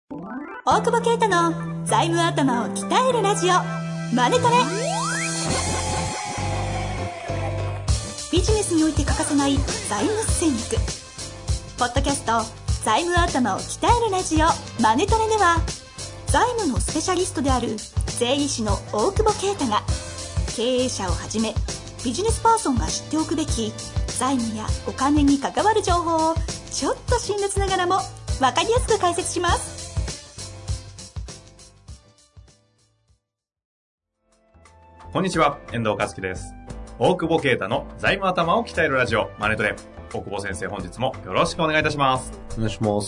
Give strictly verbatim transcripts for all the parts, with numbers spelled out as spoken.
大久保啓太の財務頭を鍛えるラジオマネトレ。ビジネスにおいて欠かせない財務戦略。ポッドキャスト財務頭を鍛えるラジオマネトレでは、財務のスペシャリストである税理士の大久保啓太が、経営者をはじめビジネスパーソンが知っておくべき財務やお金に関わる情報をちょっと辛辣ながらも分かりやすく解説します。 こんにちは、遠藤和樹です。大久保啓太の財務頭を鍛えるラジオマネトレ。大久保先生、本日もよろしくお願いいたします。 お願いします。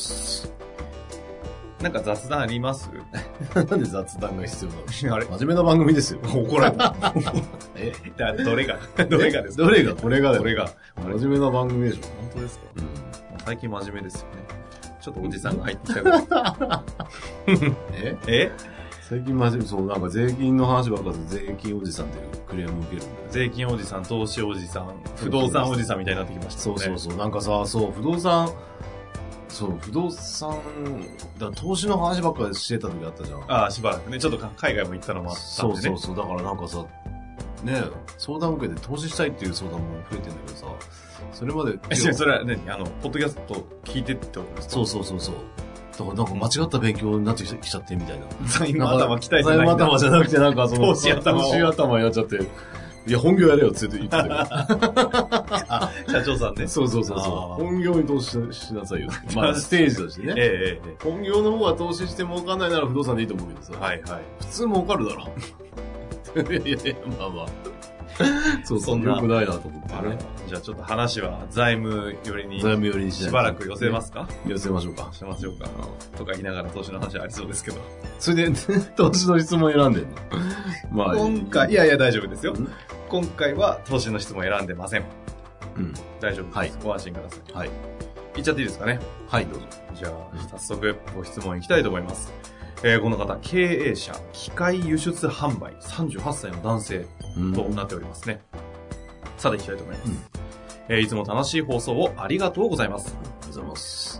なんか雑談あります？ なんで雑談が必要なの？ あれ真面目な番組ですよ。 怒られた。えだどれがどれがですか？ どれがこれがだよ。 これが真面目な番組でしょ。 本当ですか？ うん。 最近真面目ですよね。ちょっとおじさんが入ってきたぐらい。 ええ最近真面目、そう、なんか税金の話ばっかりで税金おじさんっていうクレーム受けるんだよ。 税金おじさん、投資おじさん、不動産おじさんみたいになってきましたね。 そうそうそう。なんかさ、そう、不動産、そう、不動産、だ投資の話ばっかりしてた時あったじゃん。 ああ、しばらくね。ちょっと海外も行ったのもあったんでね。 そうそうそう。だからなんかさ、ね、相談受けて投資したいっていう相談も増えてるんだけどさ、それまで。 え、それは何あの、ポッドキャスト聞いてってことですか？そうそうそうそう。だからなんか間違った勉強になってきちゃってみたいな。 財務頭鍛えてない。 財務頭じゃなくてなんかその、 投資頭。 投資頭になっちゃって。いや、本業やれよって言ってたよ。 あ、社長さんね。 そうそうそうそう。本業に投資しなさいよ。まあ、ステージとしてね。 ええええ。 本業の方は投資して儲かんないなら不動産でいいと思うけどさ。 はいはい。 普通儲かるだろ。いやいやいや、まあまあ。そうそう、 良くないなと思ってね。 じゃあちょっと話は財務寄りに。 財務寄りにしばらく寄せますか？ 寄せましょうか。 しましょうか。とか言いながら投資の話ありそうですけど。 それで、投資の質問選んでんの？ まあ、今回、いやいや大丈夫ですよ。今回は投資の質問選んでません。うん。大丈夫です。はい。ご安心ください。はい。言っちゃっていいですかね？はい、どうぞ。じゃあ、早速ご質問いきたいと思います。えー、この方、経営者、機械輸出販売、さんじゅうはっさいの男性となっておりますね。うん、さて、いきたいと思います。うん、えー。いつも楽しい放送をありがとうございます。 ありがとうございます。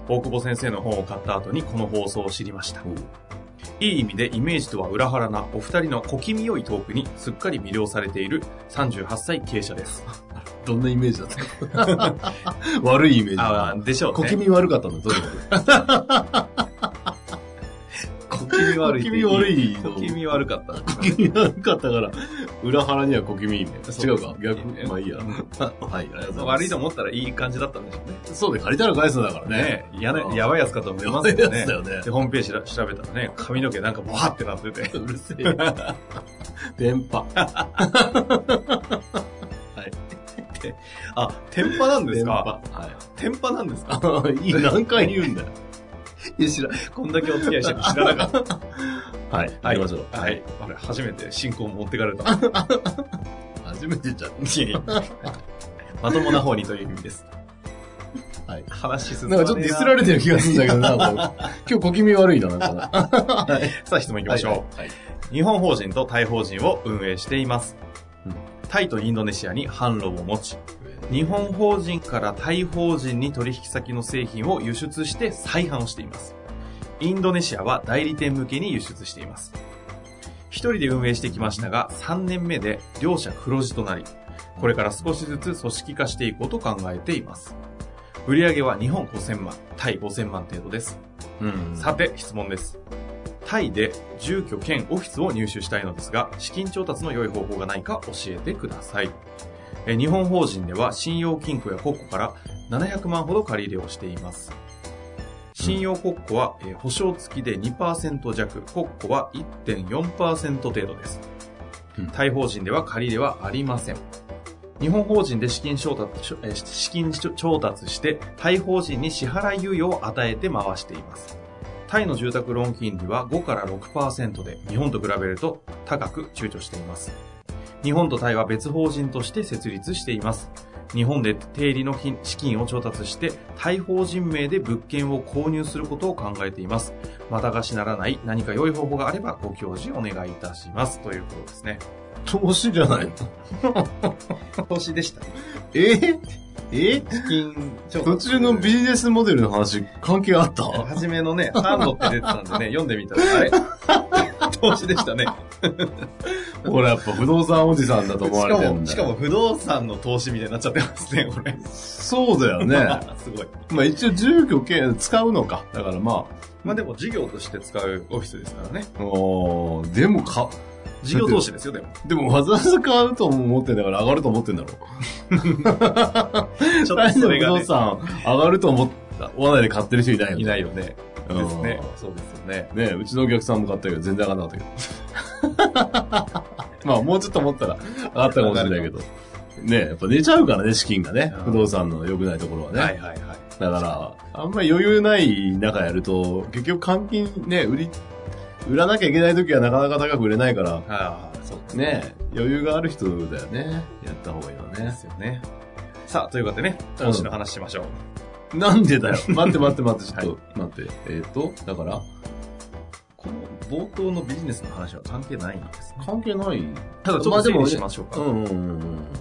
大久保先生の本を買った後にこの放送を知りました。いい意味でイメージとは裏腹なお二人の小気味良いトークにすっかり魅了されているさんじゅうはっさい経営者です。 どんなイメージだった悪いイメージ。 ああ、でしょうね。 小気味悪かったんだ、どういうこと小気味悪い。 小気味悪い。 小気味悪かった。 小気味悪かったから、裏腹には小気味いいね。違うか逆、まあいいや。はい、ありがとうございます。 悪いと思ったらいい感じだったんでしょうね。 そうで、借りたら返すんだからね。 ねえ、や, やばいやつかと思いますよね。だよね。で、ホームページ調べたらね、髪の毛なんかボワーってなってて。 うるせえ。電波。 はい。あ、天パなんですか？ はい。 天パなんですか？ いい、何回言うんだよ。 いや、知ら、こんだけお付き合いしてて知らなかった。 はい。 はい。行きましょう。はい。あれ、初めて進行持ってかれた。 初めてじゃん。 いやいや。まともな方にという意味です。 はい。 話進む。なんかちょっとディスられてる気がするんだけどな、今日小気味悪いな、なんかな。 はい。さあ、質問行きましょう。はいはいはい。日本法人とタイ法人を運営しています。うん、タイとインドネシアに販路を持ち、日本法人からタイ法人に取引先の製品を輸出して再販をしています。インドネシアは代理店向けに輸出しています。一人で運営してきましたが、さんねんめで両者黒字となり、これから少しずつ組織化していこうと考えています。売上は日本ごせんまん、タイごせんまん程度です。うん、さて、質問です。タイで住居兼オフィスを入手したいのですが、資金調達の良い方法がないか教えてください。え日本法人では信用金庫や国庫からななひゃくまんほど借り入れをしています。信用国庫は、えー、保証付きで にパーセント 弱、国庫は いってんよんパーセント 程度です。うん、タイ法人では借り入れはありません。日本法人で資金調達、えー、資金調達してタイ法人に支払い猶予を与えて回しています。タイの住宅ローン金利はごからろくパーセントで日本と比べると高く躊躇しています。日本とタイは別法人として設立しています。 日本で定理の資金を調達してタイ法人名で物件を購入することを考えています。またがしならない何か良い方法があればご教示お願いいたしますということですね。 投資じゃないの投資でした。 えー、えー、 資金途中のビジネスモデルの話関係あった？ 初めのね、ハンドって出てたんでね、読んでみたら、あれ投資でしたね。 ほら、やっぱ不動産おじさんだと思われてるんだ。 しかも、しかも不動産の投資みたいになっちゃってますね、これ。 そうだよね。 すごい。 まあ一応住居系使うのか。だからまあ。 まあでも事業として使うオフィスですからね。 おー、でもか、 事業投資ですよ、でも。 でもわざわざ買うと思ってんだから上がると思ってんだろ。 ちょっとそれが、ね、 不動産上がると思った。おわないで買ってる人いないよね。 いないよね。ですね。そうですよね。 ねうちのお客さんも買ったけど全然上がんなかったけど。まあもうちょっと思ったら上がったかもしれないけど。ねやっぱ寝ちゃうからね、資金がね。不動産の良くないところはね。はいはいはい。だから、あんまり余裕ない中やると、結局換金ね、売り、売らなきゃいけない時はなかなか高く売れないから。ああ、そうですね。余裕がある人だよね。やった方がいいのね。 ですよね。さあ、ということでね、投資の話しましょう。 うん、なんでだよ。待って待って待って、ちょっと、待って。えっと、だから、 この冒頭のビジネスの話は関係ないんですね。 関係ない。 ただちょっと整理しましょうか。 うんうんうん。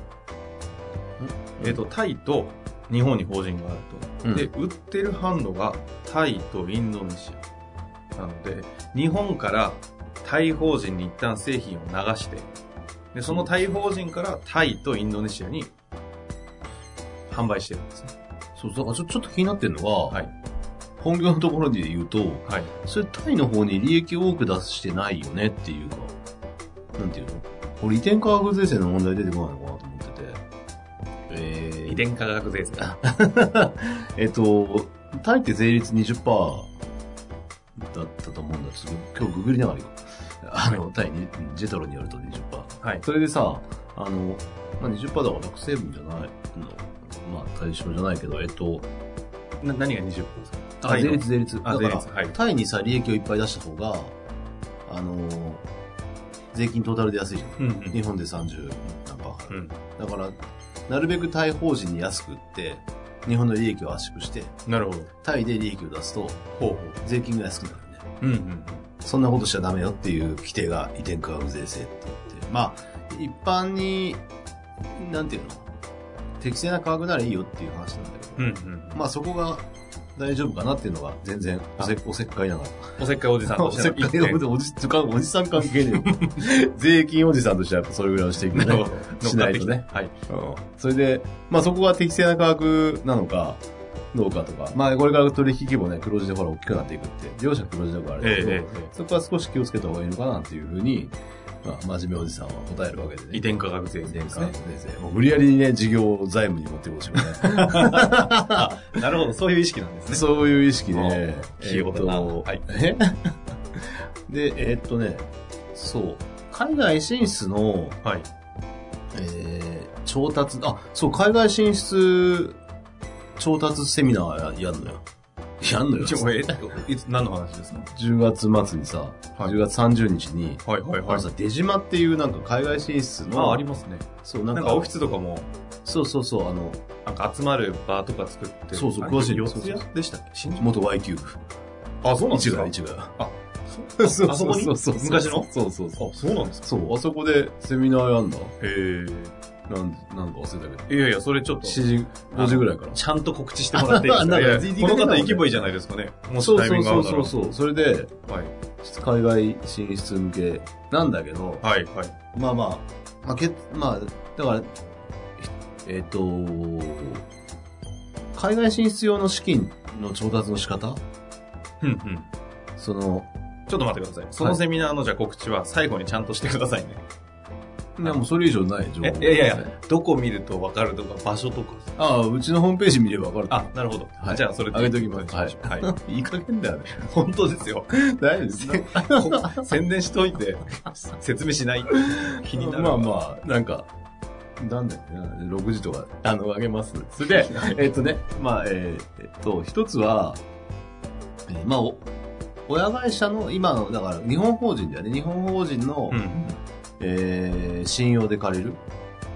えっと、タイと日本に法人があると。うん、で、売ってる販路がタイとインドネシア。なので、日本からタイ法人に一旦製品を流して、で、そのタイ法人からタイとインドネシアに販売してるんですね。 そう、だからちょ、ちょっと気になってるのは、はい、本業のところで言うと、はい、それタイの方に利益を多く出してないよねっていうか、なんていうの？これ移転価格税制の問題出てこないのかなと思ってて。 えー、遺伝価格税制えっと、タイって税率 にじゅっパーセント だったと思うんですけど、今日ググりながらよ。あの、はい、タイに、ジェトロによると にじゅっパーセント。はい。それでさ、あの、まあ、にじゅっパーセント だから学生分じゃないの、まあ、対象じゃないけど、えっと、 な、何が にじゅっパーセント ですか？ あ、税率、税率。だから、 はい、 タイにさ、利益をいっぱい出した方が、あの、税金トータルで安いじゃん。うんうん、日本でさんじゅうなんパーかかる。うん、だから、なるべくタイ法人に安く売って、日本の利益を圧縮して、 なるほど。 タイで利益を出すと、ほうほう税金が安くなるね。うんうん。そんなことしちゃダメよっていう規定が移転価格税制って言って、まあ、一般に、なんていうの、適正な価格ならいいよっていう話なんだけど、うんうん、まあそこが大丈夫かなっていうのが全然おせ、おせっかいながら。 おせっかいおじさんとしては。 おせっかいおじ、おじさん関係ねえ。税金おじさんとしてはやっぱそれぐらいをしていくね。しないとね。はい、うん。それで、まあそこが適正な価格なのか、どうかとか。まあこれから取引規模ね、黒字でほら大きくなっていくって、両者黒字だからあれだけど、ええ、そこは少し気をつけた方がいいのかなっていうふうに、まあ、真面目おじさんは答えるわけでね。 移転価格税ですね。 移転価格税制。もう無理やりにね、事業を財務に持っていこうとしますね。 なるほど、そういう意識なんですね。 そういう意識で。 器用だな。はい。 えで、えー、っとね、そう。海外進出の、はい。えー、調達、あ、そう、海外進出調達セミナーやんのよ。やんのよ。 ちょ、え、いつ、何の話ですか？ じゅうがつ末にさ、はい、じゅうがつさんじゅうにちに、 はいはいはい。 さ、出島っていうなんか海外進出の、 あ、ありますね。 そう、 なんか、なんかオフィスとかも、 そうそうそう、あの、 なんか集まる場とか作ってる。 そうそう、詳しい。 四谷でしたっけ？新宿？ 元 ワイキューブ。 あ、そうなんですか？ 一が、一が。 あ、 そうそうそう。 あそこにそうそうそう。 昔の？ そうそうそう。 あ、そうなんですか？ そう、あそこでセミナーやんだ。へー。 なん、なんか忘れたけど。いやいや、それちょっと。 しちじ、ごじぐらいから。 ちゃんと告知してもらっていいですか？いやこの方行けばいいじゃないですかね。もしタイミングがあるなら。 そうそうそう。それで、はい。海外進出向けなんだけど、 はいはい。 まあまあ、まあ、けまあ、だから、えっ、ー、と、海外進出用の資金の調達の仕方？ うんうん。 その、 ちょっと待ってください。そのセミナーのじゃあ告知は最後にちゃんとしてくださいね。 でもそれ以上ない情報。 いやいやいや、どこ見ると分かるとか、場所とか。 ああ、うちのホームページ見れば分かる。 あ、なるほど。はい、じゃあそれで。 上げときます。 はい。 はい。いい加減だよね。 本当ですよ。 大丈夫ですね。 宣伝しといて、説明しない。気になる。 まあまあ、なんか、なんだっけな、ろくじとか、あの、上げます。それで、えっとね、まあ、えー、えっと、一つは、えー、まあ、親会社の、今の、だから、日本法人だよね。日本法人の、うん、えー、信用で借りる。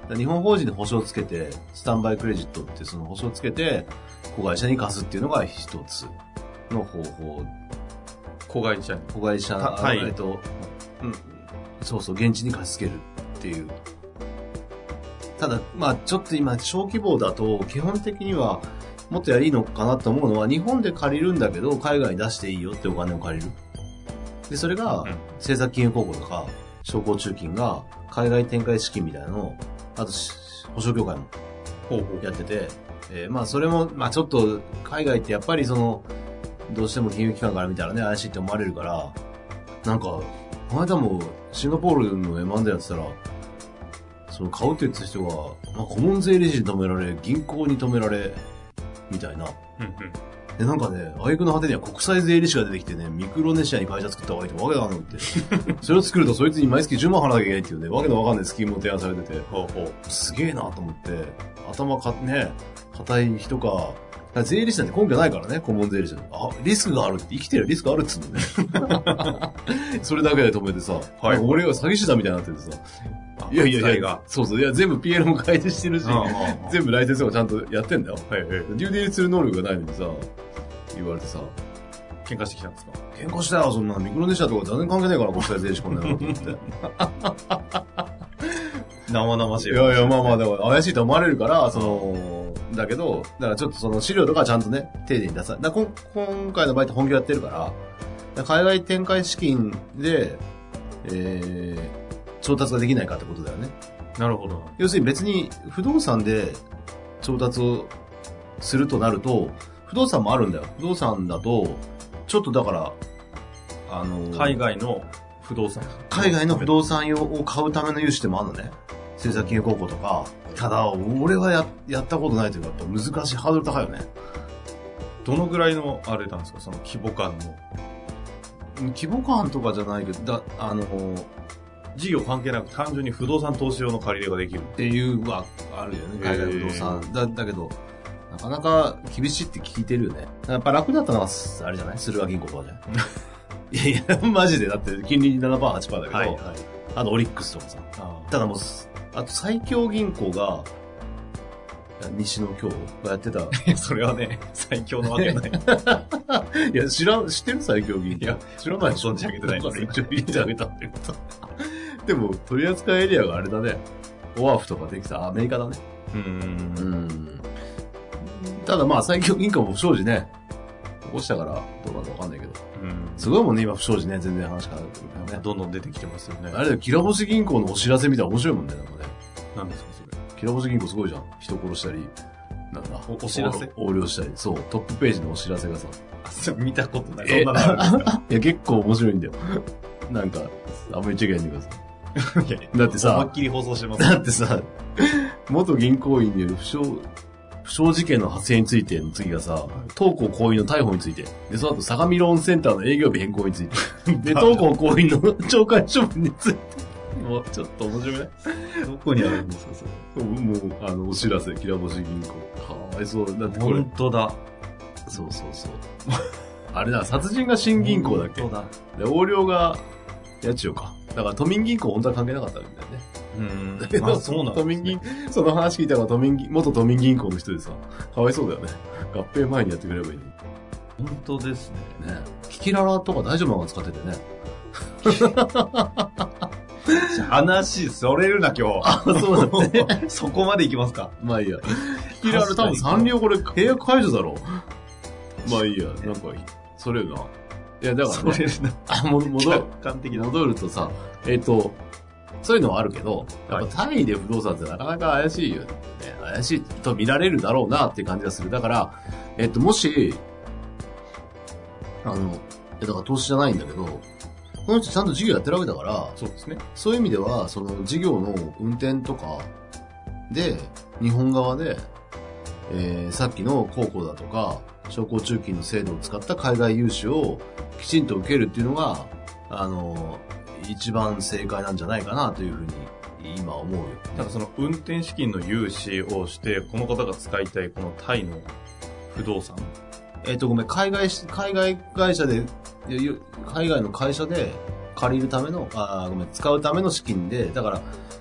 日本法人で保証つけて、スタンバイクレジットってその保証つけて、子会社に貸すっていうのが一つの方法。 子会社に。 子会社、 はい。 えっと、うん、そうそう、現地に貸し付けるっていう。ただ、まあちょっと今、小規模だと、基本的には、もっとやりいいのかなと思うのは、日本で借りるんだけど、海外に出していいよってお金を借りる。で、それが、政策金融公庫とか、商工中金が、海外展開資金みたいなのを、あと、保証協会も、やってて、えー、まあそれも、まあちょっと、海外ってやっぱりその、どうしても金融機関から見たらね、怪しいって思われるから、なんか、この間も、シンガポールの エムアンド やってたら、その買うって言ってた人が、まあ、顧問税理士に止められ、銀行に止められ、みたいな。うんうん、で、なんかね、挙句の果てには国際税理士が出てきてね、ミクロネシアに会社作った方がいいってわけだなと思って。それを作るとそいつに毎月じゅうまん払わなきゃいけないっていうね、わけのわかんないスキームを提案されてて、ほうほうすげえなと思って、頭か、ね、硬い人か、税理士なんて根拠ないからね、顧問税理士。あ、リスクがあるって、生きてるリスクあるっつうのね。それだけで止めてさ、はい、俺が詐欺師だみたいになっててさ、いやいやいや、そうそう、いや全部 ピーエル も開示してるし、全部ライセンスとかちゃんとやってんだよ。はいはい。デューディリする能力がないのにさ、言われてさ、 喧嘩してきたんですか？ 喧嘩したよ、そんな。ミクロネシアとか全然関係ないから、国際税理士こんなのと思って。 生々しい。 いやいや、まあまあ、だから怪しいと思われるから、その、だけど、だからちょっとその資料とかちゃんとね、丁寧に出さ、だ今回の場合って本業やってるから、海外展開資金で、えー、調達ができないかってことだよね。 なるほど。 要するに別に不動産で調達をするとなると、不動産もあるんだよ。不動産だと、ちょっとだから、あの、 海外の不動産。 海外の不動産用を買うための融資ってもあるのね。政策金融公庫とか。ただ、俺はや、やったことないというか、やっぱ難しい、ハードル高いよね。 どのぐらいのあれなんですか、その規模感の。 規模感とかじゃないけど、だ、あの、 事業関係なく単純に不動産投資用の借り入れができる。 っていうはあるよね、海外不動産。だ、だけど、なかなか厳しいって聞いてるよね。やっぱ楽だったのは、あれじゃないスルガ銀行とかじゃないいやいや、マジで、だって金利 ななパーセント、はちパーセント だけど、はいはい、あとオリックスとかさ。ただもう、あと最強銀行が、西野京がやってた。 それはね、最強のわけない。 いや、知らん、知ってる最強銀行。いや、 知らない。存じ上げてないんですよ。 一応言ってあげたってこと。でも、取り扱いエリアがあれだね。オアフとかできたアメリカだね。うん。うん。ただまあ、最強銀行も不祥事ね。起こしたから、どうかわかんないけど。うん。すごいもんね、今不祥事ね。全然話変わってくるからね。 どんどん出てきてますよね。 あれだよ、キラ星銀行のお知らせみたいな面白いもんね、なんかね。 何ですか、それ。 キラ星銀行すごいじゃん。人殺したり、なんだ。 お、お知らせ横領したり。そう、トップページのお知らせがさ。 あ、見たことない。そんなのあるんですか？ いや、結構面白いんだよ。なんか、あんまり言っちゃいけないんだけどさ。だってさ、 思いっきり放送してます。 だってさ、元銀行員による不祥、不祥事件の発生についての次がさ、当行行員の逮捕について、で、その後、相模ローンセンターの営業日変更について、で、当行行員の懲戒処分について、もうちょっと面白いね。 どこにあるんですか、それ。 もう、あの、お知らせ、キラ星銀行。かわいそう。だってこれ。 本当だ。 そうそうそう。あれだ、殺人が新銀行だっけ？ 本当だ。 で、横領が、家賃か。だから都民銀行本当は関係なかったんだよね。 うん。 だけど、そうなん、ね、都民銀、その話聞いたのは都民銀、元都民銀行の人でさ、かわいそうだよね。合併前にやってくればいいのに。 本当ですね。 ね。キキララとか大丈夫なのが使っててね。 話、それるな、今日。 あ、そうだね。 そこまでいきますか。 まあいいや。キキララ多分サンリオこれ契約解除だろう。まあいいや。なんか、それよな。いや、だから、ね、 それな。 あ、も戻る。 客観的な。 戻るとさ、えっ、ー、と、そういうのはあるけど、やっぱ単位で不動産ってなかなか怪しいよね。怪しいと見られるだろうなっていう感じがする。だから、えっ、ー、と、もし、あの、だから投資じゃないんだけど、この人ちゃんと事業やってるわけだから、 そうですね。 そういう意味では、その事業の運転とかで、日本側で、えー、さっきの公庫だとか、商工中金の制度を使った海外融資をきちんと受けるっていうのが、あの、一番正解なんじゃないかなというふうに今思うよ。 なんかその運転資金の融資をして、この方が使いたいこのタイの不動産。 えっと、ごめん、海外、海外会社で、海外の会社で借りるための、あ、ごめん、使うための資金で、だから、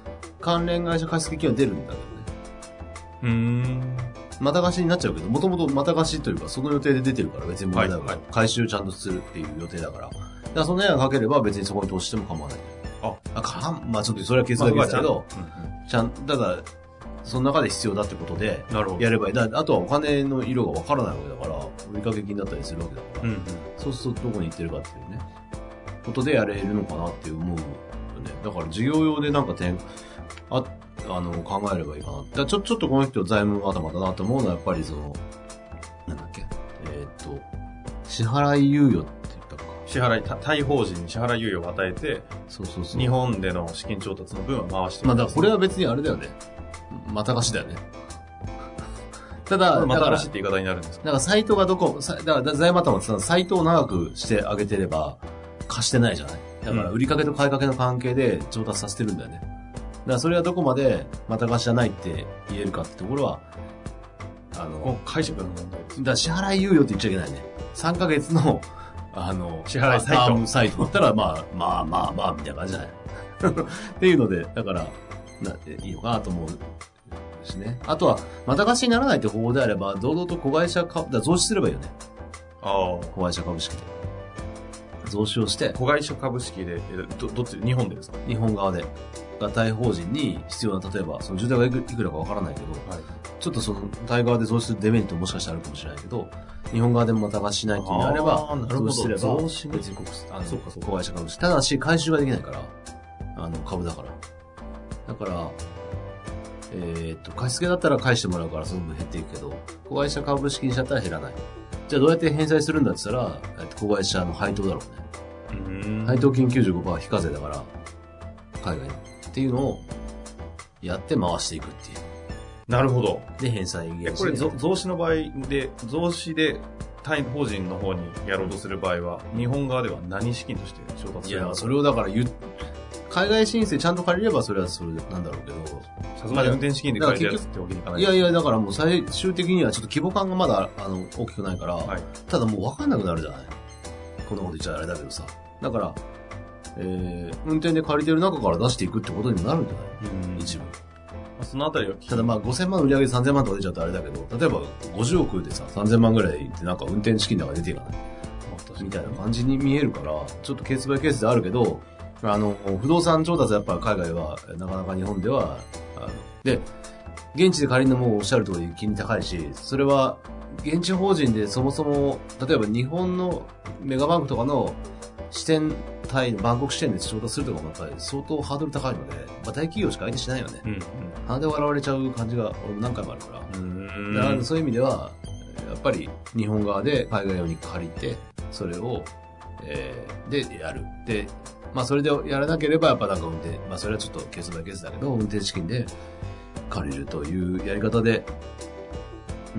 関連会社貸付金は出るんだけどね。 うーん。 また貸しになっちゃうけど、もともとまた貸しというか、その予定で出てるから別に問題ないから、はいはい、回収ちゃんとするっていう予定だから。だからその絵がかければ別にそこに投資しても構わない。あ、あかん、まあちょっとそれはケースだけですけど、まあ、ちゃん、うんうん、だから、その中で必要だってことで、やればいい。だあとはお金の色がわからないわけだから、売掛金だったりするわけだから、うんうん、そうするとどこに行ってるかっていうね、ことでやれるのかなって思うよね。だから事業用でなんか点、あ、あの、考えればいいかな。だちょ、ちょっとこの人財務頭だなと思うのはやっぱりその、なんだっけ、えー、っと、支払い猶予って言ったか。 支払い、対法人に支払い猶予を与えて、 そうそうそう。 日本での資金調達の分は回してる。 まあだからこれは別にあれだよね。また貸しだよね。ただ、 また貸しって言い方になるんですか？ だからサイトがどこ、だから財務頭ってサイトを長くしてあげてれば貸してないじゃない。だから売りかけと買いかけの関係で調達させてるんだよね。だからそれはどこまでまた貸しじゃないって言えるかってところは、 あの、解釈の問題です。 だから支払い猶予って言っちゃいけないね。さんかげつの、あの、 支払いサイト。タームサイトだったら、まあ、まあまあまあ、みたいな感じじゃない。っていうので、だから、ないいのかなと思うしね。あとは、また貸しにならないって方法であれば、堂々と子会社株、だ増資すればいいよね。 ああ。 子会社株式で。増資をして。 子会社株式で、ど、どっち、日本でですか？ 日本側で。が対法人に必要な、例えば、その住宅がいくいくらかわからないけど、はい、ちょっとその、対側で増資するデメリットもしかしたらあるかもしれないけど、日本側でもまた貸ししないっていうのであれば、増資すれば、 増資別に国、あの、そうかそうか子会社株式。ただし、回収ができないから、あの、株だから。だから、えー、っと、貸し付けだったら返してもらうからその分減っていくけど、子会社株式にしちゃったら減らない。じゃあどうやって返済するんだって言ったら、えっと、子会社の配当だろうね。うーん配当金 きゅうじゅうごパーセント 非課税だから、海外に。っていうのをやって回していくっていう。 なるほど。 で、返済減これ、増資の場合で、増資で対法人の方にやろうとする場合は、日本側では何資金として調達するの？ いや、それをだから言う、海外申請ちゃんと借りればそれはそれなんだろうけど。 さすがに運転資金で借りるやつってわけにいかない。 いやいや、だからもう最終的にはちょっと規模感がまだ、あの、大きくないから、はい、ただもう分かんなくなるじゃない。こんなこと言っちゃあれだけどさ。だから、えー、運転で借りてる中から出していくってことにもなるんじゃない？うん、一部。 そのあたりはただまあごせんまん売り上げでさんぜんまんとか出ちゃうとあれだけど、例えばごじゅうおくでさ、さんぜんまんぐらいってなんか運転資金なんか出ていかない。みたいな感じに見えるから、ちょっとケースバイケースであるけど、あの、不動産調達はやっぱ海外は、なかなか日本では、あの、で、現地で借りるのもおっしゃる通り金利高いし、それは現地法人でそもそも、例えば日本のメガバンクとかの支店対バンコク支店で調達するとかもやっぱり相当ハードル高いので、まあ、大企業しか相手しないよね。うんうん、鼻で笑われちゃう感じが俺も何回もあるから。うんだからそういう意味では、やっぱり日本側で海外用に借りて、それを、えー、でやる。で、まあそれでやらなければやっぱなんか運転、まあそれはちょっとケースバイケースだけど、運転資金で借りるというやり方で、うん、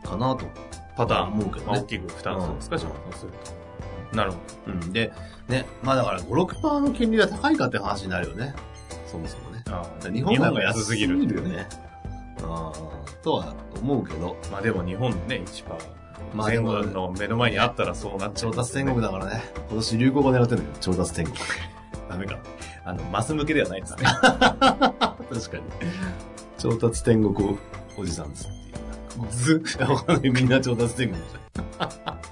かなと。 パターン思うけどね。 大きくふたつですか、じゃあ、そうすると。なるほど。 うん。で、ね、まあだからご、ろくパーセント の金利が高いかって話になるよね。そもそもね。ああ日本が安すぎるよね。ああ、とは思うけど。 まあでも日本でね、いちパーセント。まあ、前後の目の前にあったらそうなっちゃう、 ね。調達天国だからね。今年流行語狙ってるのよ。調達天国。 ダメか。あの、マス向けではないですね。 確かに。調達天国おじさんですっていう。ずわかんない。みんな調達天国じゃん。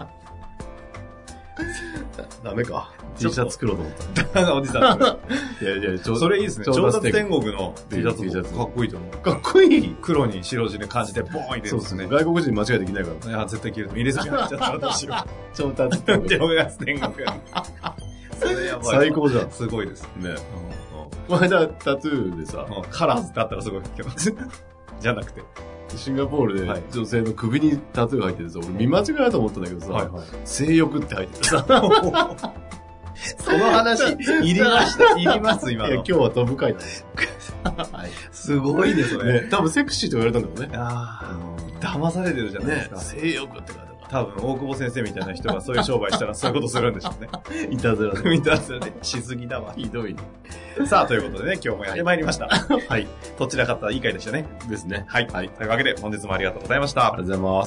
ダメか。T シャツ作ろうと思った。 おじさん。 いやいや、 それいいですね。調達天国の T シャツかっこいいと思う。 かっこいい黒に白地で感じてボーン入れるんですね。 外国人間違いできないから。 いや、絶対着ると。入れすぎちゃったらどうしよう。調達天国。 調達天国。それやばい。 最高じゃん。 すごいです。 ね。この間タトゥーでさ、 カラーズってあったらすごいけど。じゃなくて。 シンガポールで女性の首にタトゥー入っててさ、俺見間違いだと思ったんだけどさ、はいはい、性欲って入っててさ、 その話、いりました。いります、今の。いや、 今日は飛ぶ回だね。 はい。すごいですね。 多分セクシーと言われたんだよね。 ああ。騙されてるじゃないですか。 ね、性欲って書いてある。 多分、大久保先生みたいな人がそういう商売したらそういうことするんでしょうね。 いたずらで。 いたずらで。しすぎだわ。 ひどいね。 さあ、ということでね、今日もやってまいりました。はい。どちらかったらいい回でしたね。 ですね。 はい。はい。というわけで、本日もありがとうございました。 ありがとうございます。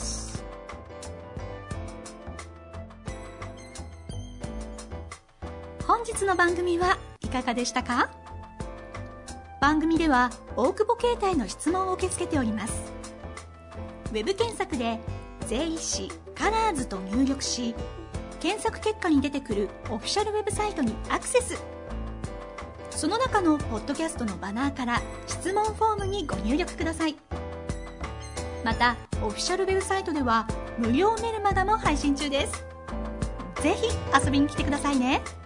本日の番組はいかがでしたか？ 番組では大久保携帯の質問を受け付けております。ウェブ検索で税理士カラーズと入力し、検索結果に出てくるオフィシャルウェブサイトにアクセス。その中のポッドキャストのバナーから質問フォームにご入力ください。またオフィシャルウェブサイトでは無料メルマガも配信中です。ぜひ遊びに来てくださいね。